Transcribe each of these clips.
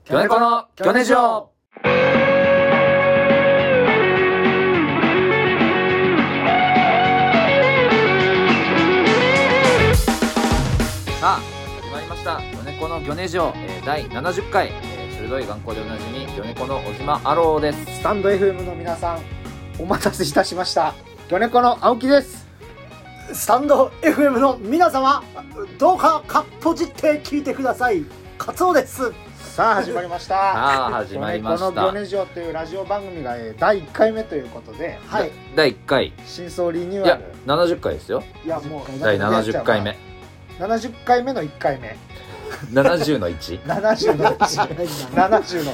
ギョネコのギョネジオ。さあ始まりましたギョネコのギョネジオ、第70回、鋭い眼光でおなじみギョネコの小島アローです。 スタンド FM の皆さんお待たせいたしました。ギョネコの青木です。 スタンド FM の皆様、どうかかっぽじって聞いてください。カツオです。 さあ始まりました。 さあ始まりました。 ギョネコのギョネジオというラジオ番組が第1回目ということで、 はい、 第1回真相リニューアル。 いや70回ですよ。 いやもう第70回目 70回目の1回目 70の1 70の170の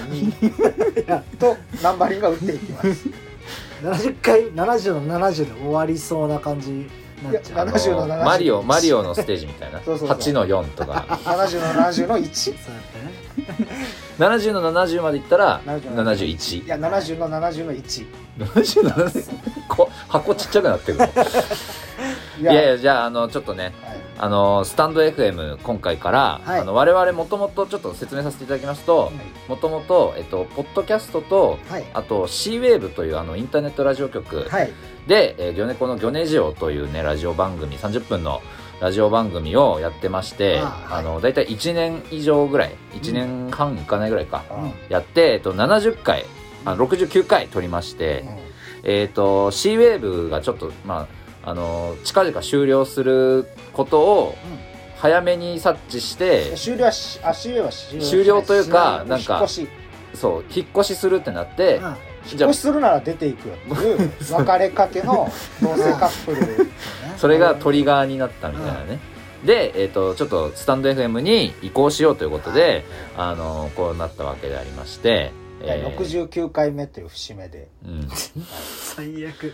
2とナンバリングが打っていきます。 70回70の70で終わりそうな感じになっちゃう。 70の70 マリオのステージみたいなそう 8の4とか 70の70の1 そうやってね。 70の70までいったら 71。いや70の70の1 70の70箱ちっちゃくなってるいやいや、じゃあちょっとね、 はい、 スタンド FM 今回から、 はい、 我々もともとちょっと説明させていただきますと、もともとポッドキャストと、 はい、 あと C-Wave というインターネットラジオ局で、ギョネコのギョネジオというねラジオ番組30分のラジオ番組をやってまして、だいたい1年以上ぐらい1年半いかないぐらいか、やって、70回69回撮りまして、C-Wave がちょっと近々終了することを早めに察知して、 終了というかなんかそう引っ越しするってなって、 引っ越しするなら出ていくよっていう別れかけの同性カップルそれがトリガーになったみたいなね。で、ちょっとスタンド FM に移行しようということで、こうなったわけでありまして、 69回目という節目で、 最悪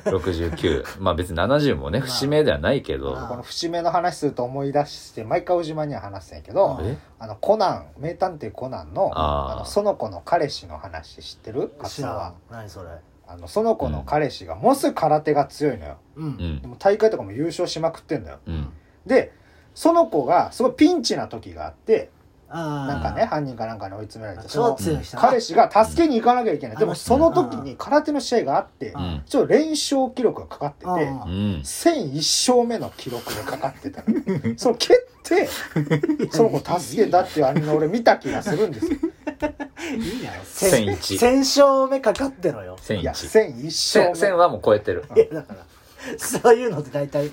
69まあ別に70もね節目ではないけど、 この節目の話すると思い出して毎回小島には話すんやけど、コナン名探偵コナンの園子の彼氏の話知ってる？ 知らん。何それ？ 園子の彼氏がものすごい空手が強いのよ、でも大会とかも優勝しまくってんのよ、で園子がすごいピンチな時があって、なんかね犯人かなんかに追い詰められて、その彼氏が助けに行かなきゃいけない、でもその時に空手の試合があって、ちょっと連勝記録がかかってて、1001勝目の記録がかかってたのその蹴ってその子助けたっていうアニメ俺見た気がするんですよ。 いいね。 1001 1000勝目かかってろよ。 いや1001勝目1000はもう超えてる。 いやだからそういうのって大体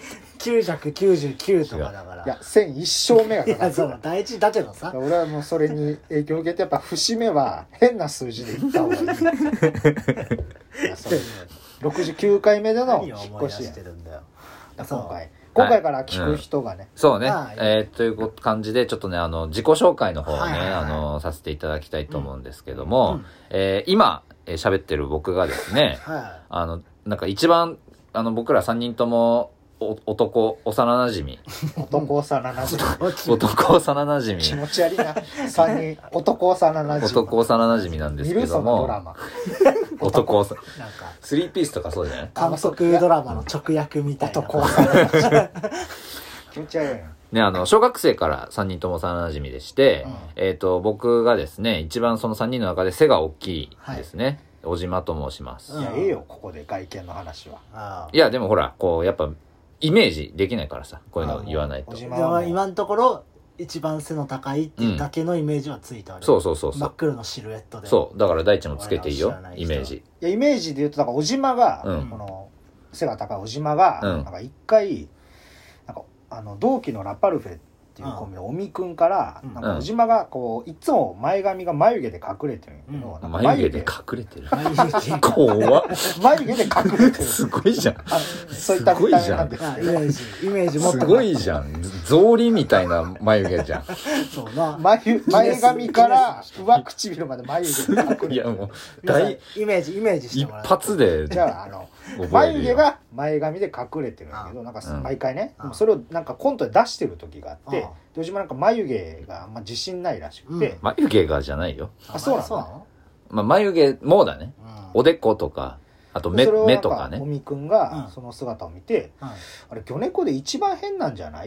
999とかだから、 いや1001勝目がかかってる。 いやそう大事だけどさ、 俺はもうそれに影響を受けてやっぱ節目は変な数字でいった方がいい。いやそう69回目での引っ越しや。今回から聞く人がね、 そうね、という感じでちょっとね自己紹介の方をね、させていただきたいと思うんですけども、今喋ってる僕がですね、なんか一番僕ら3人とも男幼馴染み男幼馴染み気持ち悪いな3人男幼馴染みなんですけども、ドラマ男幼なんか3ピースとかそうじゃない？ 韓国ドラマの直訳みたいな男幼馴染み気持ち悪いね、小学生から3人とも幼馴染みでして、僕がですね一番その3人の中で背が大きいですね、小島と申します。 いやいいよここで外見の話は。 いやでもほらこうやっぱイメージできないからさ、こういうの言わないと。 今のところ一番背の高いっていうだけのイメージはついたわけ、 そう真っ黒のシルエットで。 そうだから大地もつけていいよイメージ。 いやイメージで言うとだから小島が、この背が高い小島が、なんか一回なんか同期のラパルフェっていうコンビの尾身くんから、なんか小島がこういつも前髪が眉毛で隠れてるんやけど、 眉毛で隠れてる怖っ眉毛で隠れてるすごいじゃん。 そういった見た目なんですけど、 イメージもっとすごいじゃん。草履みたいな眉毛じゃん。 そうな、 前髪から上唇まで眉毛で隠れてる。 いやもうイメージしてもらう。 一発でじゃあ眉毛が前髪で隠れてるんだけど、なんか毎回ね、それをなんかコントで出してる時があって、小島なんか眉毛があんま自信ないらしくて、 眉毛がじゃないよ。 あ、そうなの？ まあ眉毛もだね。おでことか、あと目とかね。 尾身くんがその姿を見て、あれ魚猫で一番変なんじゃないっ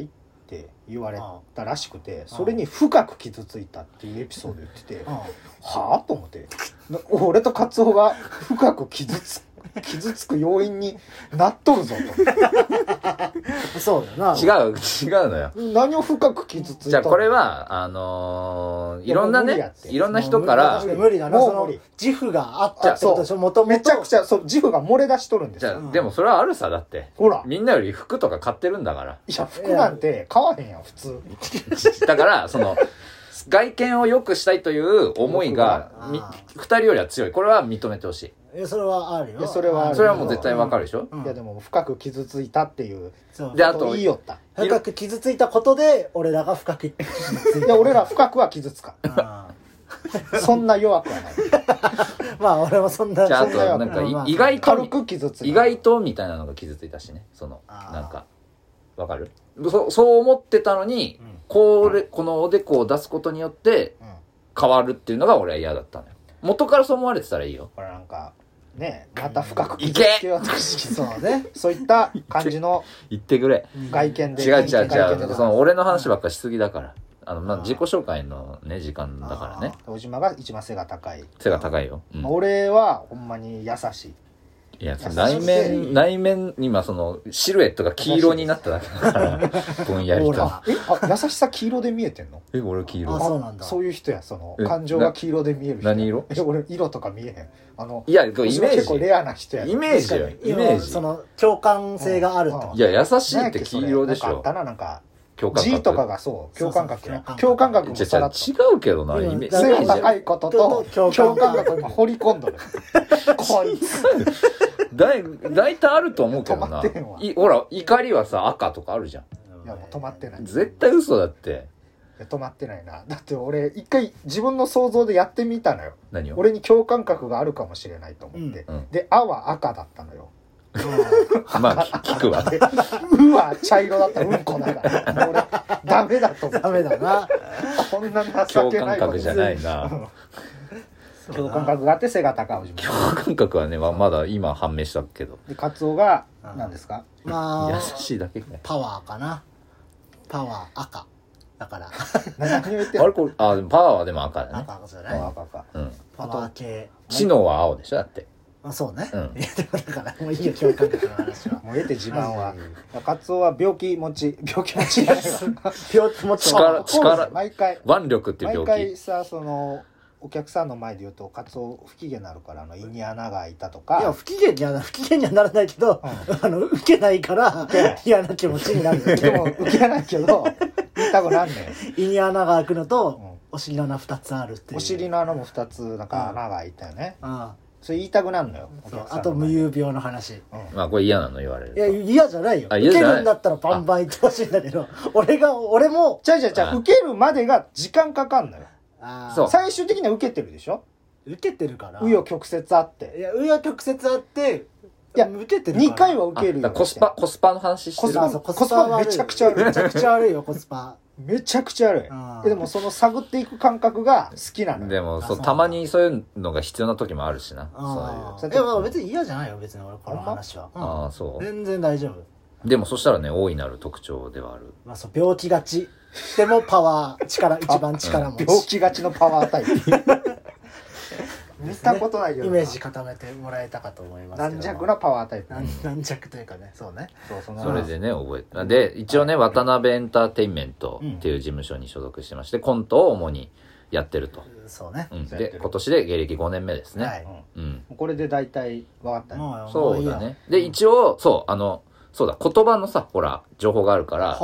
って言われたらしくて、それに深く傷ついたっていうエピソード言ってて、はぁと思って、俺とカツオが深く傷つく要因になっとるぞとそうだな。 違うのよ。 何を深く傷ついたの。 じゃあこれはいろんなね、いろんな人から無理だな。その自負があったってことでしょ。もともとめちゃくちゃ自負が漏れ出しとるんですよ。 じゃあでもそれはあるさ。だってほらみんなより服とか買ってるんだから。 いや服なんて買わへんやん普通。 だからその外見を良くしたいという思いが2人よりは強い。これは認めてほしい。 それはあるよ。 それはもう絶対わかるでしょ。 いやでも深く傷ついたっていうで、あと言いよった。 深く傷ついたことで俺らが深く傷ついた。 いや俺ら深くは傷つかそんな弱くはない。 まあ俺もそんな。 じゃああとなんか意外と軽く傷ついた。 意外とみたいなのが傷ついたしね。なんかわかる？そう思ってたのに、このおでこを出すことによって変わるっていうのが俺は嫌だったのよ。元からそう思われてたらいいよ。 これなんかね、また深く傷つけようとしてそうね。そういった感じの言ってくれ。 外見で。 違う。その俺の話ばっかしすぎだから。自己紹介のね時間だからね。 小島が一番背が高い。 背が高いよ。 俺はほんまに優しい。 いや、内面今そのシルエットが黄色になっただけだからぼんやりと。 優しさ黄色で見えてんの？ 俺黄色。 そうなんだ。 そういう人や、その感情が黄色で見える人。 何色？ 俺色とか見えへん。 いや、イメージ結構レアな人や。 イメージよ。イメージ。 その共感性があると。 いや、優しいって黄色でしょ。 なんかあったな、なんか。 共感覚。 G とかがそう、共感覚や。共感覚もさらっと。 違うけどな、イメージ。 背が高いことと共感覚が掘り込んどる。こいつ。 大体あると思うけどな。ほら、怒りはさ、赤とかあるじゃん。 いや、もう止まってない。 絶対嘘だって。 止まってないな。だって俺、一回自分の想像でやってみたのよ。 何を？ 俺に共感覚があるかもしれないと思って。で、あは赤だったのよ。 まあ、聞くわ。 うは茶色だった、うんこだから。俺、ダメだと思って。 ダメだな。 こんな情けない。 共感覚じゃないな。 共感覚があって背が高い。 共感覚はね、まだ今判明したけど。 で、カツオが何ですか？ まあ、 優しいだけか。 パワーかな。パワー赤だから。 何を言ってんの？ あれこれ、パワーはでも赤だね。 赤じゃない？ 赤。 パワー系。 知能は青でしょだって。 そうね。いやでもだからもういいよ共感覚の話は。 もう得て自慢は。カツオは病気持ちじゃないわ。 病気持ち。 力。 毎回。 腕力っていう病気。 毎回さ、そのお客さんの前で言うとカツオ不機嫌になるから胃に穴が開いたとか。 いや不機嫌にはならないけど、受けないから嫌な気持ちになる。 でも受けないけど言いたくなんねん。胃に穴が開くのとお尻の穴2つあるっていう。 お尻の穴も2つなんか穴が開いたよね。それ言いたくなるのよ。 あと無遊病の話。 まあこれ嫌なの言われる。 いや嫌じゃないよ。受けるんだったらバンバン言ってほしいんだけど、俺も違う受けるまでが時間かかんのよ。最終的には受けてるでしょ。 受けてるから。 紆余曲折あって。 いや紆余曲折あって。いや受けてる 2回は受けるよ。 コスパの話してる。 コスパめちゃくちゃ悪い。 めちゃくちゃ悪いよコスパ。 めちゃくちゃ悪い。でもその探っていく感覚が好きなの。 でもたまにそういうのが必要な時もあるしな。 そういう。でも別に嫌じゃないよ別に俺この話は。 ああそう。 全然大丈夫。 でもそしたらね大いなる特徴ではある。 まあそう病気がち。でもパワー一番力持ち。 病気がちのパワータイプ。見たことないけどイメージ固めてもらえたかと思いますけど。 軟弱なパワータイプ。 軟弱というかね、そうね。 それでね覚えた。で一応ね渡辺エンターテインメントっていう事務所に所属してましてコントを主にやってると。 そうね。 で今年で芸歴5年目ですね。 はい。 これで大体分かったね。 そうだね。で一応そうだ言葉のさほら情報があるから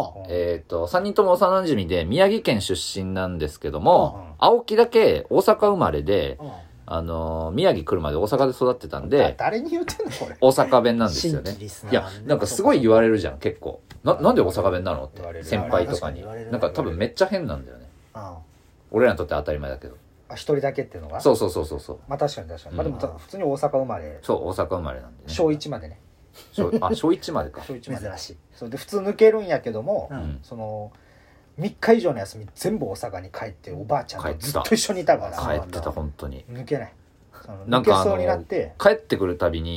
3人とも幼馴染で宮城県出身なんですけども青木だけ大阪生まれで宮城来るまで大阪で育ってたんで誰に言ってんのこれ大阪弁なんですよね。いやなんかすごい言われるじゃん結構なんで大阪弁なのって先輩とかになんか多分めっちゃ変なんだよね。俺らにとって当たり前だけど一人だけっていうのがそうまあ確かにまあでも普通に大阪生まれそう大阪生まれなんでね小1までね小1までか小1まで珍しい。 そうで普通抜けるんやけどもその3日以上の休み全部大阪に帰っておばあちゃんとずっと一緒にいたから帰ってた本当に抜けないなんか抜けそうになって帰ってくるたびに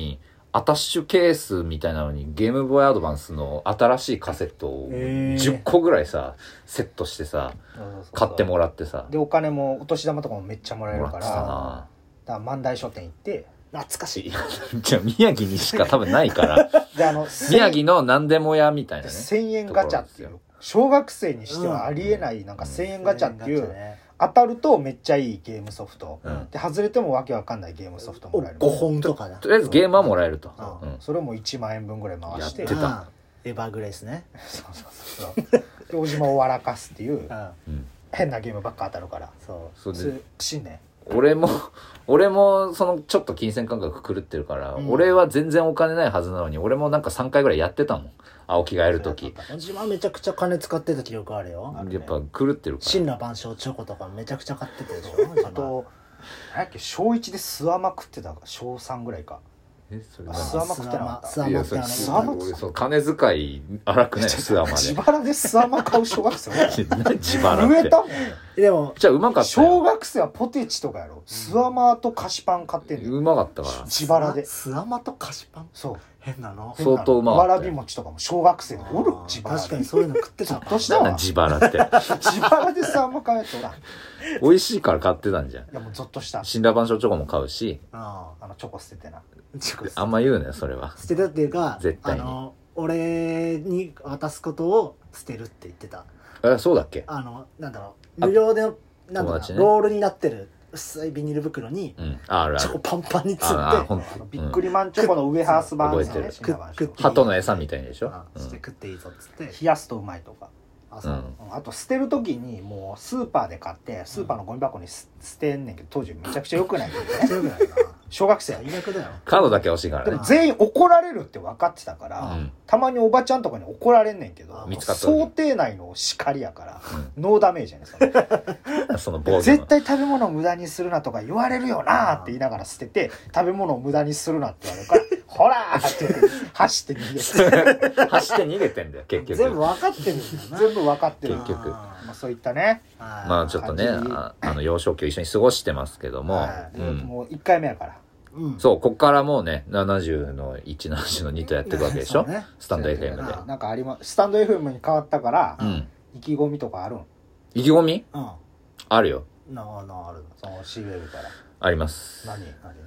アタッシュケースみたいなのにゲームボーイアドバンスの新しいカセットを10個ぐらいさセットしてさ買ってもらってさ、 でお金もお年玉とかもめっちゃもらえるから、 もらってたな。 だから万代書店行って懐かしい。 じゃあ宮城にしか多分ないからで宮城の何でも屋みたいなね 1000円ガチャっていう小学生にしてはありえないなんか1000円ガチャっていう、当たるとめっちゃいいゲームソフト、で外れてもわけわかんないゲームソフトもらえる、 5本とかだ。 とりあえずゲームはもらえると、 それも1万円分ぐらい回してやってた。 エヴァグレスね。 そうそうそうで小島を笑かすっていう変なゲームばっか当たるから、 そうで新年俺もそのちょっと金銭感覚狂ってるから、俺は全然お金ないはずなのに俺もなんか3回ぐらいやってたもん、青木がやるとき。 小島めちゃくちゃ金使ってた記憶あるよ。 やっぱ狂ってるから。 神羅万象チョコとかめちゃくちゃ買ってたでしょ。 あと何やっけ小1でスワマ食ってたか小3ぐらいか。 それスワマ食ってなかった。 スワマってスワマ俺そう金遣い荒くないスワマで。 自腹でスワマ買う小学生自腹って。 震えたもん。 でもじゃあうまかったよ。 小学生はポテチとかやろ。スワマと菓子パン買ってんの。 うまかったから。 自腹で。 スワマと菓子パン。 そう。 変なの。 相当うまかった。 わらび餅とかも小学生でおる自腹で。 確かにそういうの食ってた。 としたわ。 自腹って。 自腹でスワマ買うやつおらん。 美味しいから買ってたんじゃん。 いやもうゾッとした。 神羅万象チョコも買うし。 チョコ捨ててな。 あんま言うねそれは。 捨てたっていうか、 絶対に俺に渡すことを捨てるって言ってた。 そうだっけ。 なんだろう、無料でなんだろう、ロールになってる薄いビニール袋にチョコパンパンに詰めて、 ビックリマンチョコのウエハース版覚えてる。鳩の餌みたいでしょ。 して食っていいぞっつって冷やすとうまいとか。あと捨てる時にもうスーパーで買ってスーパーのゴミ箱に捨てんねんけど、当時めちゃくちゃ良くないけどね。小学生最悪だよ。 カードだけ欲しいからね。 でも全員怒られるって分かってたから、たまにおばちゃんとかに怒られんねんけど、想定内の叱りやから、ノーダメージやね。 その暴言絶対食べ物を無駄にするなとか言われるよなって言いながら捨てて、食べ物を無駄にするなって言われるからほらーって走って逃げて走って逃げてんだよ結局。 全部分かってるんだよな。 全部分かってる結局。 そういったね、 まあちょっとね幼少期を一緒に過ごしてますけども、 もう1回目やから、 そうこっからもうね70の170の2とやってるわけでしょ、スタンド FM で。 なんかスタンド FM に変わったから意気込みとかあるん？ 意気込みあるよ。 あるその C ウェブからあります。 何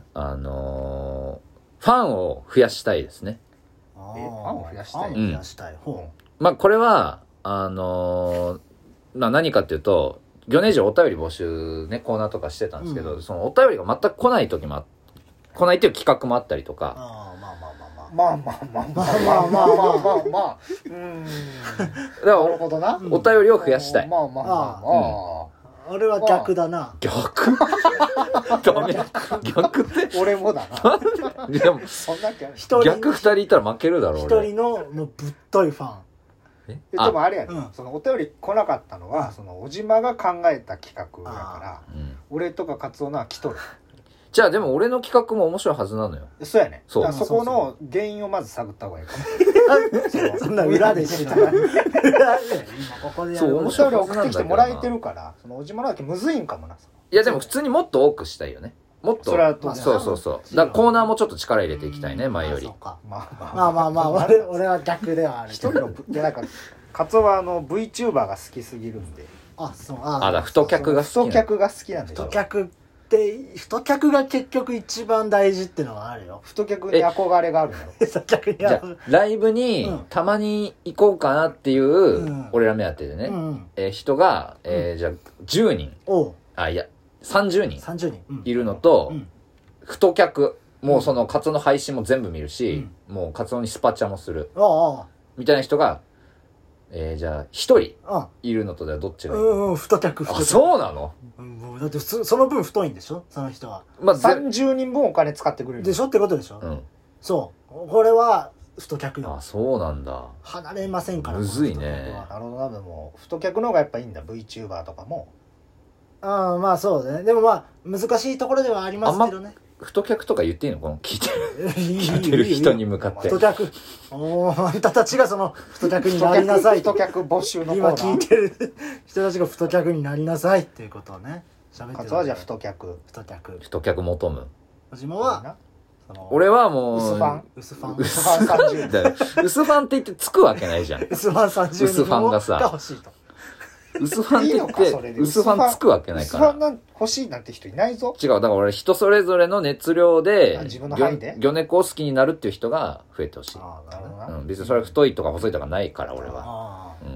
ファンを増やしたいですね。 ファンを増やしたい。 増やしたい。 まあこれは何かっていうと、ギョネジお便り募集ねコーナーとかしてたんですけど、そのお便りが全く来ない時も来ないっていう企画もあったりとか。 まあなるほどな。お便りを増やしたい。 俺は逆だな。 逆ダメ。逆って俺もだな。 でもそんな逆 2人いたら負けるだろう。 1人のもうぶっといファン。 でもあれやね、そのお便り来なかったのはその小島が考えた企画やから、俺とかカツオのは来とる。 じゃあでも俺の企画も面白いはずなのよ。 そうやね。そこの原因をまず探った方がいいかも。 そんな裏で知らない。今ここでやる。 お便り送ってきてもらえてるから、その小島のだけむずいんかもな。 いやでも普通にもっと多くしたいよね。もっと。そうだからコーナーもちょっと力入れていきたいね前より。 まあ俺は逆ではある。 一人のなんかカツオはVTuber が好きすぎるんで。 だ太客が好き。 太客が好きなんでしょ。 太客が結局一番大事ってのはあるよ。 太客に憧れがあるのよ。 太客にじゃあライブにたまに行こうかなっていう俺ら目当てでね、人がじゃあ10人30人いるのと、太客もうそのカツオの配信も全部見るし、もうカツオにスパチャもするみたいな人がじゃあ1人いるのとではどっちがいい？ 太客。 そうなの？ だってその分太いんでしょその人は。 30人分お金使ってくれるでしょってことでしょ。そうこれは太客よ。 そうなんだ。 離れませんから。 むずいね。 なるほどな。でも太客の方がやっぱいいんだ。 VTuber とかも。 まあそうだね。でもまあ難しいところではありますけどね。 太客とか言っていいの？この聞いてる人に向かって。 太客。あんたたちがその太客になりなさい。 太客募集のコーナー。今聞いてる人たちが太客になりなさいっていうことをね。 喋ってる。カツオはじゃあ太客。 太客求む。 小島は俺はもう薄ファン薄ファン 30 だから薄ファンって言ってつくわけないじゃん。 薄ファン30人薄ファンがさが欲しいと。 薄ファンって言いいのかそってれで薄ファンつくわけないから薄ファンなん欲しいなんて人いないぞ。 違う。だから俺人それぞれの熱量で自分の範囲で魚猫を好きになるっていう人が増えてほしい。 ああ、なるほどな。 うん、別にそれは太いとか細いとかないから俺は。 ああ。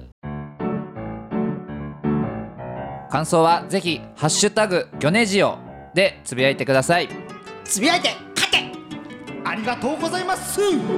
感想はぜひハッシュタグギョネジオでつぶやいてください。 つぶやいて勝てありがとうございます。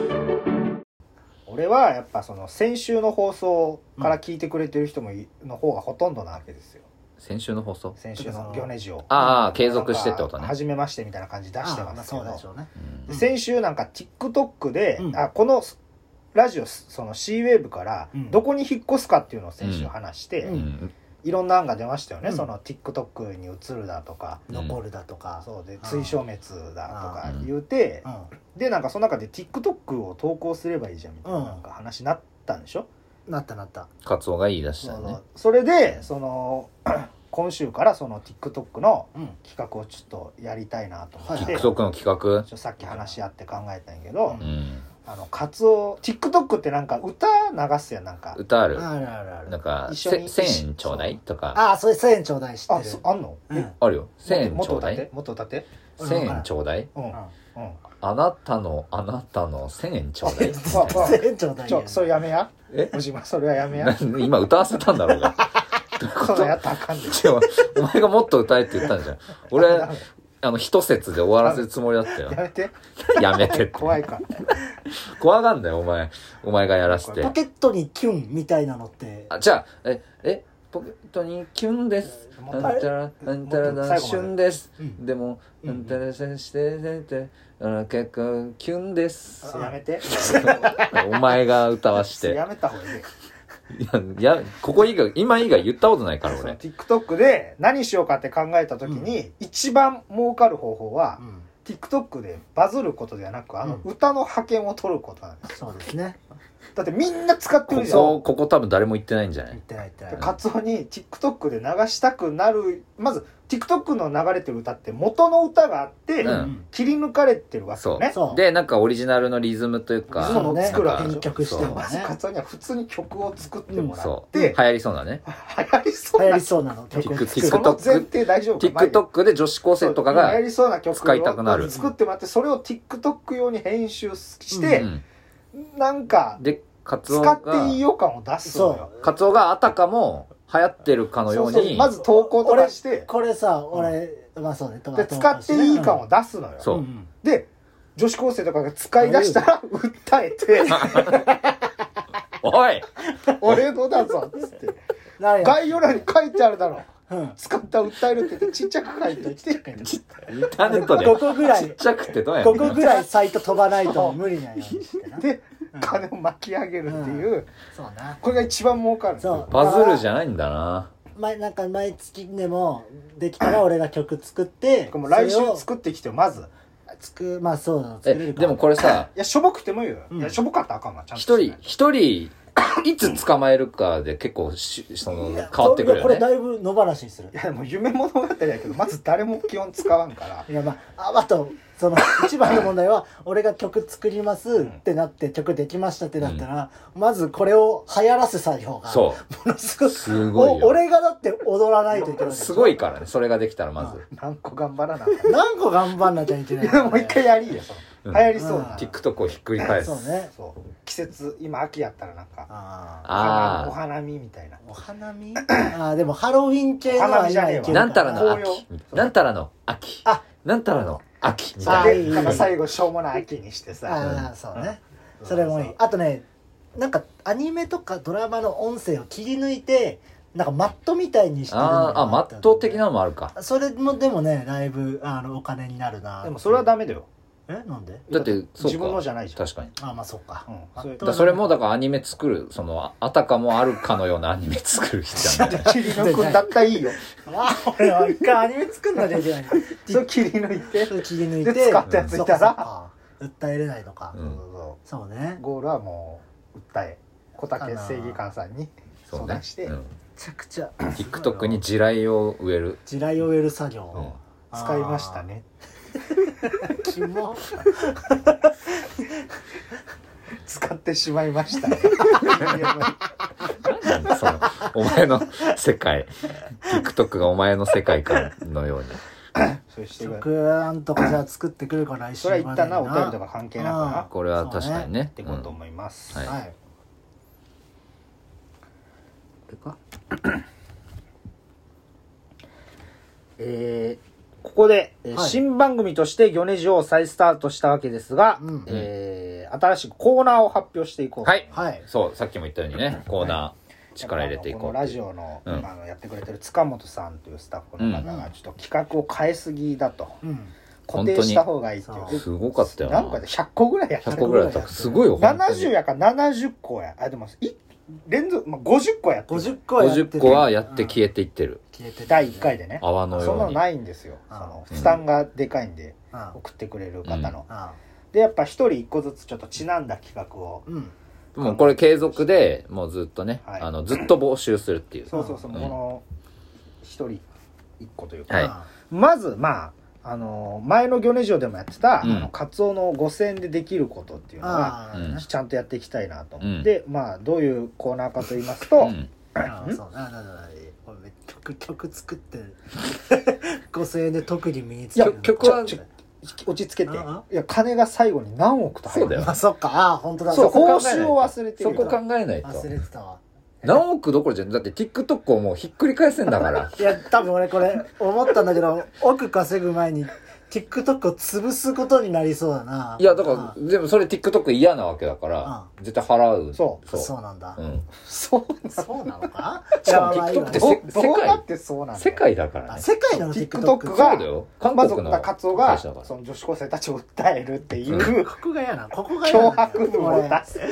俺はやっぱその先週の放送から聞いてくれてる人もの方がほとんどなわけですよ。 先週の放送先週のギョネジオ。 ああ継続してってことね。 初めましてみたいな感じ出してますけど、 そうでしょうね。 で先週なんか TikTok で、 うんこのラジオその C ウェーブからどこに引っ越すかっていうのを先週話して、 うんいろんな案が出ましたよね、 うんその TikTok に移るだとか、 残るだとか。 そうで追消滅だとか言うて、でなんかその中で TikTok を投稿すればいいじゃんみたいななんか話になったんでしょ。 なったなった。 カツオが言い出したよね。 それでその今週からその TikTok の企画をちょっとやりたいなと思って、 TikTok の企画さっき話し合って考えたんやけど、 うんカツオ TikTok ってなんか歌流すやん、なんか歌あるあるあるある。 なんか一緒に 1000円ちょうだいとかああ、それ1000円ちょうだい知ってる。 あんの、 うんあるよ。1000円ちょうだいもっと歌って 1000円ちょうだいうんうんあなたの1000円ちょうだい 1000円ちょうだい。 それやめやえおじまそれはやめや今歌わせたんだろうが。 そんなんやったらあかんで違うお前がもっと歌えって言ったんじゃん。俺一節で終わらせるつもりだったよ。 やめてやめてって。 怖いから怖がんだよお前がやらせてポ。ケットにキュンみたいなのって。 じゃあポケットにキュンですあんたらだ旬です、でもあんたらして結構キュンですやめてお前が歌わしてやめた方がいい。 いやここ以外今以外言ったことないから俺。 TikTok で何しようかって考えた時に、一番儲かる方法は、TikTok でバズることではなく歌の覇権を取ることなんです。 そうですね。 だってみんな使ってるじゃん。 ここ多分誰も言ってないんじゃない？ 言ってない言ってない。 カツオに TikTok で流したくなる、まず TikTok の流れてる歌って元の歌があって、切り抜かれてるわけよね。 そうでなんかオリジナルのリズムというかそうね、作るわけ編曲してもまずね。 カツオには普通に曲を作ってもらそって、 う流行りそうなね。 流行りそうな流行りそうなの曲を作る。 その前提大丈夫か。 TikTok で女子高生とかが流行りそうな曲使いたくなるを作ってもらって、それを TikTok 用に編集して、なんかでカツオ使っていいよ感を出すのよ。 カツオがあたかも流行ってるかのようにまず投稿とかしてこれさ、俺、まあそうね。 で使っていい感を出すのよ。 そうで女子高生とかが使い出したら訴えておい俺のだぞっつって概要欄に書いてあるだろ、使った訴えるって言ってちっちゃく書いてきてインターネットで 5個ぐらいちっちゃくてどうや 5個ぐらいサイト飛ばないと無理なようにしてな。 で金を巻き上げるっていう、 そうな。 これが一番儲かる。 そうバズるじゃないんだな。 なんか毎月でもできたら俺が曲作ってもう来週作ってきてまずまあそうなの作れるか。 でもこれさいやしょぼくてもいいよ、いやしょぼかったらあかんわちゃんと一人いつ捕まえるかで結構その変わってくるよね。 これだいぶ野放しにする。 いやもう夢物語やけどまず誰も基本使わんからいやまああとその一番の問題は俺が曲作りますってなって曲できましたってなったら、まずこれを流行らす作業がものすごいすごいよ。 俺がだって踊らないといけない。 すごいからねそれができたらまず。 何個頑張らな何個頑張んなきゃいけない。 いやもう一回やりよその流行りそうな TikTok をひっくり返す。 そうね。 そう季節今秋やったらなんかお花見みたいな。 お花見でもハロウィン系のは今いける。 なんたらの秋なんたらの秋なんたらの秋みたいな。なんか最後しょうもない秋にしてさ。 そうね。それもいい。あとね、なんかアニメとかドラマの音声を切り抜いてなんかマットみたいにしてるのがマット的なのもあるか。 それもでもねだいぶお金になるな。 でもそれはダメだよ。 なんで？ だって自分のじゃないじゃん。 確かに。 まあそうか。 それもだからアニメ作るあたかもあるかのようなアニメ作る人なんだ。 切り抜くんだったらいいよ。 俺は一回アニメ作んなきゃいけない。 それ切り抜いてで使ったやついたら訴えれないのか。そうね。 ゴールはもう訴え小竹正義官さんに相談してめちゃくちゃ TikTok に地雷を植える作業使いましたねキモ使ってしまいましたねなんだそのお前の世界 TikTok がお前の世界観のようにそうして曲案とかじゃあ作ってくるから来週それは一旦なお便りとか関係なくなこれは確かにねってこと思います、 はい、 はいここで、新番組としてギョネジを再スタートしたわけですが、新しいコーナーを発表していこうと。 はい、はい、そうさっきも言ったようにねコーナー力入れていこうこのラジオの、やってくれてる塚本さんというスタッフの方がちょっと企画を変えすぎだと、固定した方がいいっていうすごかったよな。なんかで100個ぐらいやった 100個ぐらいやったすごいよ 70やから70個やでも連続、50個やってる 50個はやって消えていってる、 第1回でね泡のようにそんなのないんですよ。その負担がでかいんで、送ってくれる方の、でやっぱ1人1個ずつちょっとちなんだ企画を、 もうこれ継続でもうずっとね、ずっと募集するっていう、 そう、この1人1個というか、まず前のギョネジオでもやってた、カツオの5000円でできることっていうのが、ちゃんとやっていきたいなと思って、どういうコーナーかと言いますと、 曲作って5000円で特に身につける。 曲は落ち着けて、いや金が最後に何億と入る。 そうだよ。そっか、本当だ。 そう、報酬を忘れてる。 そこ考えないと。 忘れてたわ。 何億どころじゃん。だって TikTok をもうひっくり返せんだからいや多分俺これ思ったんだけど億稼ぐ前に TikTok を潰すことになりそうだな。 いやだからでもそれ TikTok 嫌なわけだから絶対払う。 そうなんだ、そうなのか。 しかも TikTok って世界だからね。 世界の TikTok が韓国のカツオがその女子高生たちを訴えるっていうここが嫌な脅迫動画を出す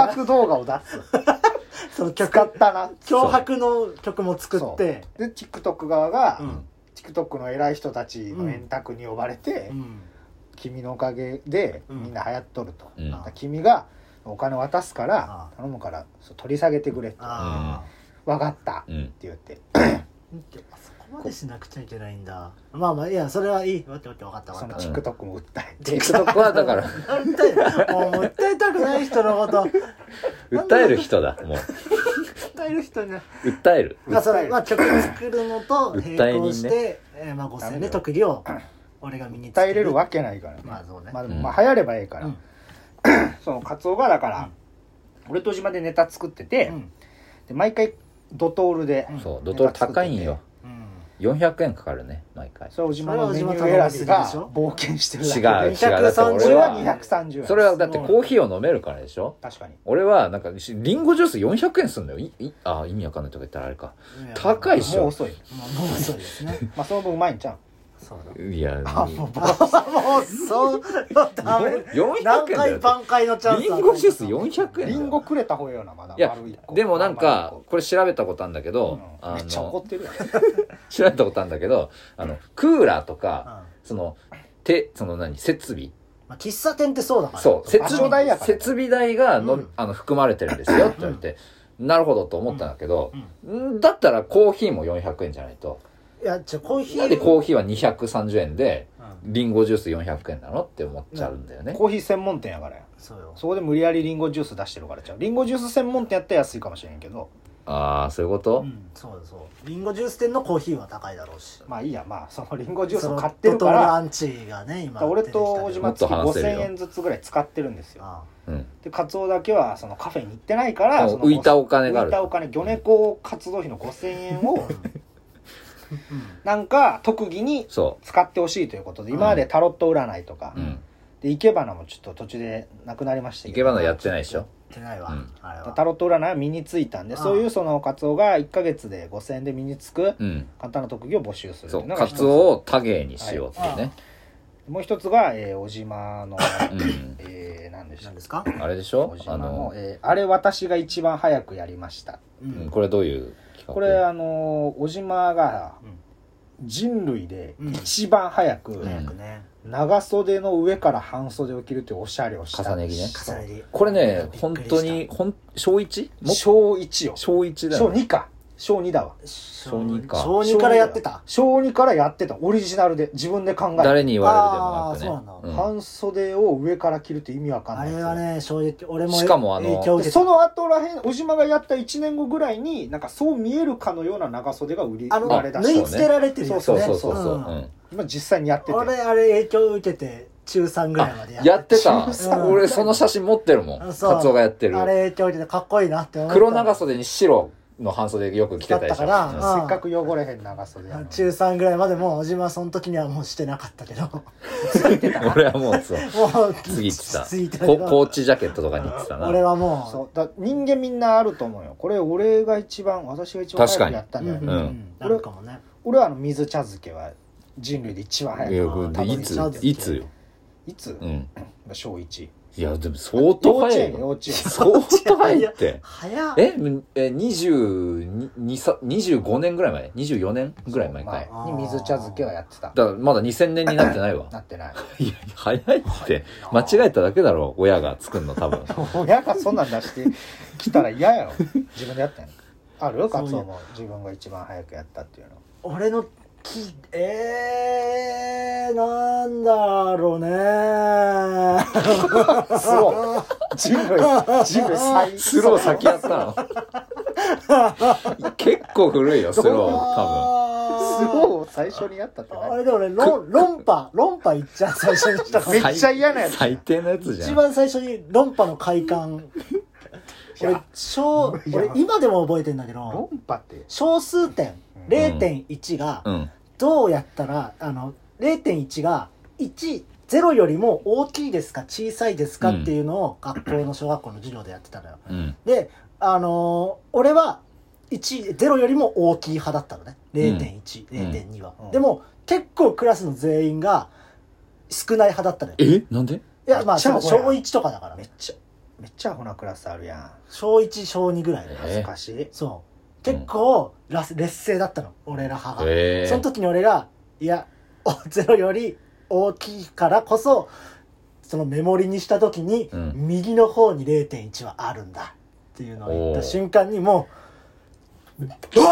その使ったな脅迫の曲も作ってで TikTok 側が、TikTok の偉い人たちの円卓に呼ばれて、君のおかげでみんな流行っとると、君がお金渡すから頼むから取り下げてくれって、分かったって言って、 そこまでしなくちゃいけないんだ。いやそれはいい。分かったその TikTok も訴えて TikTok はだから訴えたくない人のこと訴える人だもう訴える人ね。 訴える。 曲作るのと並行して、5000円で特技を俺が身につける。 訴えれるわけないからね。 そうね。 でも流行ればいいから。そのカツオがだから、俺と島でネタ作ってて、で毎回ドトールで。 そう、ドトール高いんよ。400円かかるね毎回。 それ小島のメニュー選びが冒険してるだけで。 違う 230は230円。 それはだってコーヒーを飲めるからでしょ。 確かに。 俺はなんかリンゴジュース400円すんだよ。意味わかんないとか言ったらあれか。高いっしょ。 もう遅いですね。 その分うまいんちゃう。 いやもうそうダメ。 400円だよ。 挽回のチャンス。 リンゴジュース400円。 リンゴくれた方がいいよなまだ。 いやでもなんかこれ調べたことあるんだけど、 めっちゃ怒ってるやん。 調べたことあるんだけど、クーラーとかその設備。 喫茶店ってそうだから。 そう設備代が含まれてるんですよって言われて、なるほどと思ったんだけど、だったらコーヒーも400円じゃないと。 いやコーヒーなんでコーヒーは230円でリンゴジュース400円なのって思っちゃうんだよね。 コーヒー専門店やからや。そこで無理やりリンゴジュース出してるからちゃう。リンゴジュース専門店やったら安いかもしれんけど。 ああそういうこと。 そうリンゴジュース店のコーヒーは高いだろうし。 いいやそのリンゴジュースを買ってるから。 ドトールアンチがね今。 俺と大島月5000円ずつぐらい使ってるんですよ。でカツオだけはそのカフェに行ってないから浮いたお金がある。 浮いたお金魚猫活動費の5000円をなんか特技に使ってほしいということで、今までタロット占いとか、で生け花もちょっと途中でなくなりましたけど、 生け花やってないでしょ。 やってないわ、 タロット占いは身についたんで、そういうそのカツオが1ヶ月で5000円で身につく簡単な特技を募集するというのがカツオを多芸にしようっていうね。 もう一つが小島の何ですかあれでしょ。 小島のあれ私が一番早くやりました。 これどういうこれ小島が人類で一番早く長袖の上から半袖を着るというおしゃれをした重ね着ね。これね本当に小 1？ 小1よ。 小1だよ。 小2か。 小2だわ。 小2か。 小2からやってた。 小2からやってた。オリジナルで自分で考えて。 誰に言われるでもなくね。 半袖を上から着るって意味わかんない。 あれはね、正直俺もしかもその後らへん、小島がやった1年後ぐらいになんかそう見えるかのような長袖が売られだした。 縫い付けられてるやつね。 そう今実際にやってて。 俺あれ影響を受けて中3ぐらいまでやってた。俺その写真持ってるもん。カツオがやってる。 あれ影響を受けてかっこいいなって思った。 黒長袖に白の半袖よく着てたでしょ。 せっかく汚れへん長袖やの。 中3ぐらいまでも小島はその時にはもうしてなかったけど。 俺はもうそう。次行ってた。コーチジャケットとかに行ってたな。 俺はもう。 そうだ人間みんなあると思うよ。これ俺が一番私が一番早くやったんだよね。俺は水茶漬けは人類で一番早く。 いつよ。 いつ？小1。 いやでも相当早いよ。相当早いって。 早っ。 25年ぐらい前？24年ぐらい前か。 に水茶漬けはやってた。 だからまだ2000年になってないわ。 なってない。 いや早いって間違えただけだろ親が作るの多分。 親がそんなん出してきたら嫌やろ。自分でやったんや。あるよカツオも自分が一番早くやったっていうの。 俺のなんだろうねスロー人類スロー先やったの結構古いよスロー多分スローを最初にやったってあれでもね論破いっちゃ最初にしためっちゃ嫌なやつ最低なやつじゃん一番最初に論破の快感俺今でも覚えてんだけど論破って小数点 0.1 がどうやったら0.1 が0よりも大きいですか小さいですかっていうのを学校の小学校の授業でやってたのよ、で俺は0よりも大きい派だったのね 0.1、0.2 は、でも結構クラスの全員が少ない派だったのよ。 なんで？ いやまあ小1とかだからめっちゃアホなクラスあるやん。 小1小2ぐらいで恥ずかしい。 そう結構劣勢だったの俺ら派が、その時に俺がいや0より大きいからこそそのメモリにした時に、右の方に 0.1 はあるんだっていうのを言った瞬間にもう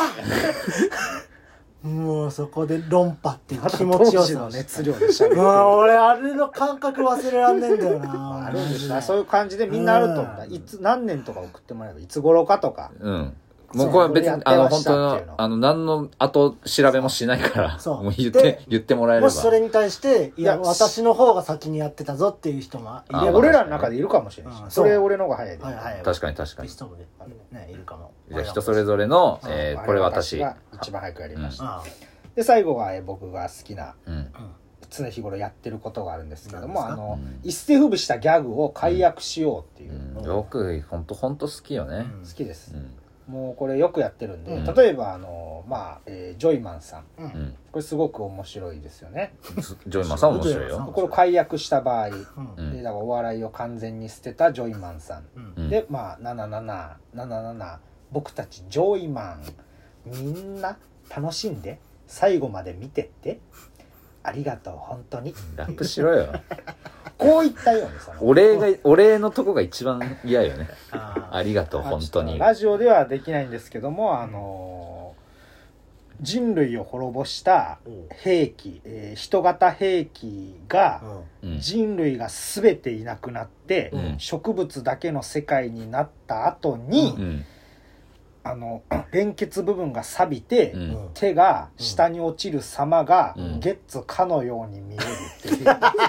もうそこで論破っていう気持ちよさの熱量でしゃべる。 俺あれの感覚忘れらんねえんだよな。 あるんですな。そういう感じでみんなあると思った。いつ何年とか送ってもらえばいつ頃かとか。 もうこれは別に本当の何の後調べもしないからもう言ってもらえれば。 もしそれに対していや私の方が先にやってたぞっていう人もいれば俺らの中でいるかもしれない。それ俺の方が早いで。 確かにピストルでねいるかも。 じゃあ人それぞれのこれ私が一番早くやりました。で最後は僕が好きな常日頃やってることがあるんですけども一世風靡したギャグを解約しようっていう。 よく本当好きよね。 好きです。もうこれよくやってるんで、例えばジョイマンさん、これすごく面白いですよね。 ジョイマンさん面白いよ。 これを解約した場合、でだからお笑いを完全に捨てたジョイマンさん、で77僕たちジョイマンみんな楽しんで最後まで見てってありがとう本当にラップしろよこういったようにお礼のとこが一番嫌よねありがとう本当に。 ラジオではできないんですけども人類を滅ぼした兵器、人型兵器が人類が全ていなくなって、植物だけの世界になった後に、連結部分が錆びて、手が下に落ちる様がゲッツかのように見えるっていう、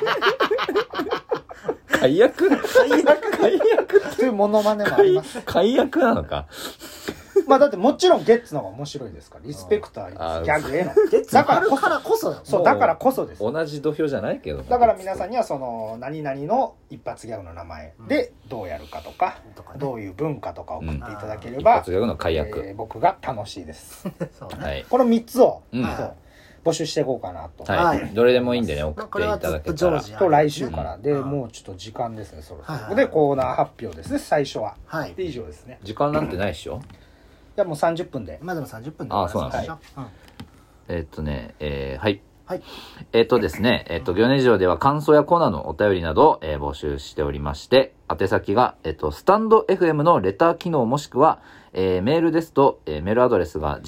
解約っていうモノマネもあります。 解約なのかまあだってもちろんゲッツの方が面白いですからリスペクトありますギャグへのだからこそそうだからこそです。 同じ土俵じゃないけどだから皆さんにはその何々の一発ギャグの名前でどうやるかとか、どういう文化とか送っていただければ、 一発ギャグの解約、 僕が楽しいですはい、 この3つを、募集していこうかなと、 どれでもいいんでね送っていただけたらと来週からで、もうちょっと時間ですねそろそろ、でコーナー発表ですね最初は、で以上ですね。 時間なんてないっしょ。 いやもう30分でまあでも30分でそうなんです。はいはい。 ですね、ギョネジオでは感想やコーナーのお便りなどを、募集しておりまして、宛先が、スタンド FM のレター機能もしくは、メールですと、メールアドレスが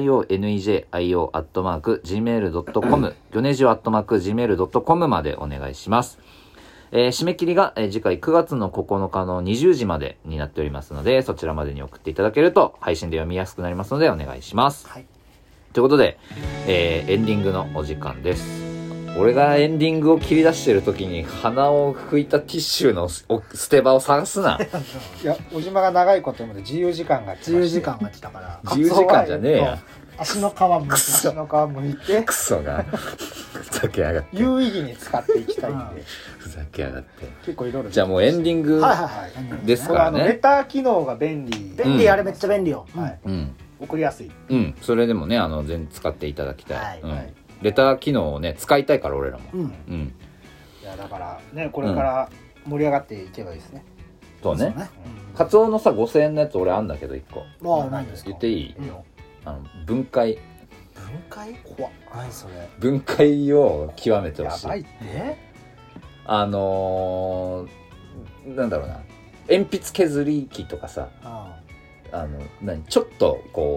gyonejio@gmail.com ギョネジオ@gmail.com までお願いします。締め切りが、次回9月の9日の20時までになっておりますので、そちらまでに送っていただけると配信で読みやすくなりますのでお願いします。はい。ということで、エンディングのお時間です。俺がエンディングを切り出してる時に鼻を拭いたティッシュの捨て場を探すな。 いや、小島が長いこと読むと自由時間が来たから。 自由時間じゃねえや。 足の皮むいて。 クソが。ふざけやがって。 有意義に使っていきたいんで。 ふざけやがって。 結構いろいろ。 じゃあもうエンディングですからね。 レター機能が便利。 あれめっちゃ便利よ。 はい。送りやすい。 それでもね、全然使っていただきたい。レター機能をね、使いたいから俺らも。いや、だからね、これから盛り上がっていけばいいですね。 そうね。カツオのさ、5000円のやつ俺あんだけど1個。 何ですか？ 言っていい？分解。 分解？怖っ。何それ？ 分解を極めてほしい。 やばいって？ なんだろうな。鉛筆削り器とかさ、ちょっと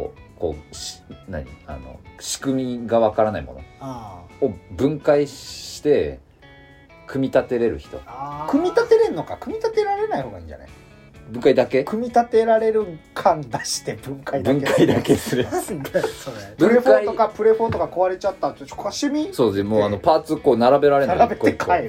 仕組みがわからないものを分解して組み立てれる人。 組み立てれんのか、組み立てられない方がいいんじゃない？ 分解だけ？ 組み立てられる感出して分解だけする。 プレフォーとか壊れちゃったって貸してみ？ そうでもうパーツこう並べられない。 並べて帰る。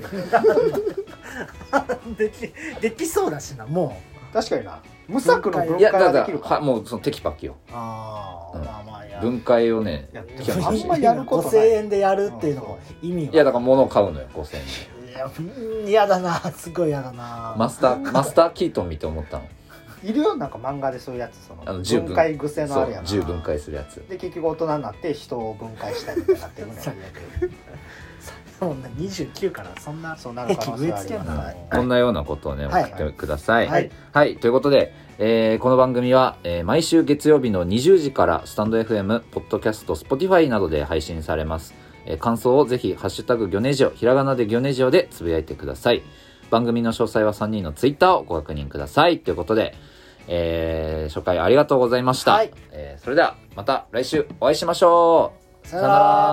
できそうだしな、もう。確かにな。無作の分解ができるか。 もうそのテキパキよ。 や分解をね、 あんまやることない。 5000円でやるっていうのも意味は。 いやだから物を買うのよ、5000円で。嫌だな、すごい嫌だな。 マスターキートン見て思ったの。 いるよ、なんか漫画でそういうやつ、分解癖のあるやつ。 銃分解するやつ。 で結局大人になって人を分解したいみたいになってるのよ。 そんな29からそんな駅植え付けない。こんなようなことをね、送ってください。はい、ということで、この番組は、毎週月曜日の20時からスタンド FM、ポッドキャスト、Spotify などで配信されます。感想をぜひハッシュタグギョネジオ、ひらがなでギョネジオでつぶやいてください。番組の詳細は3人のツイッターをご確認ください。ということで、初回ありがとうございました。それではまた来週お会いしましょう。 さよなら。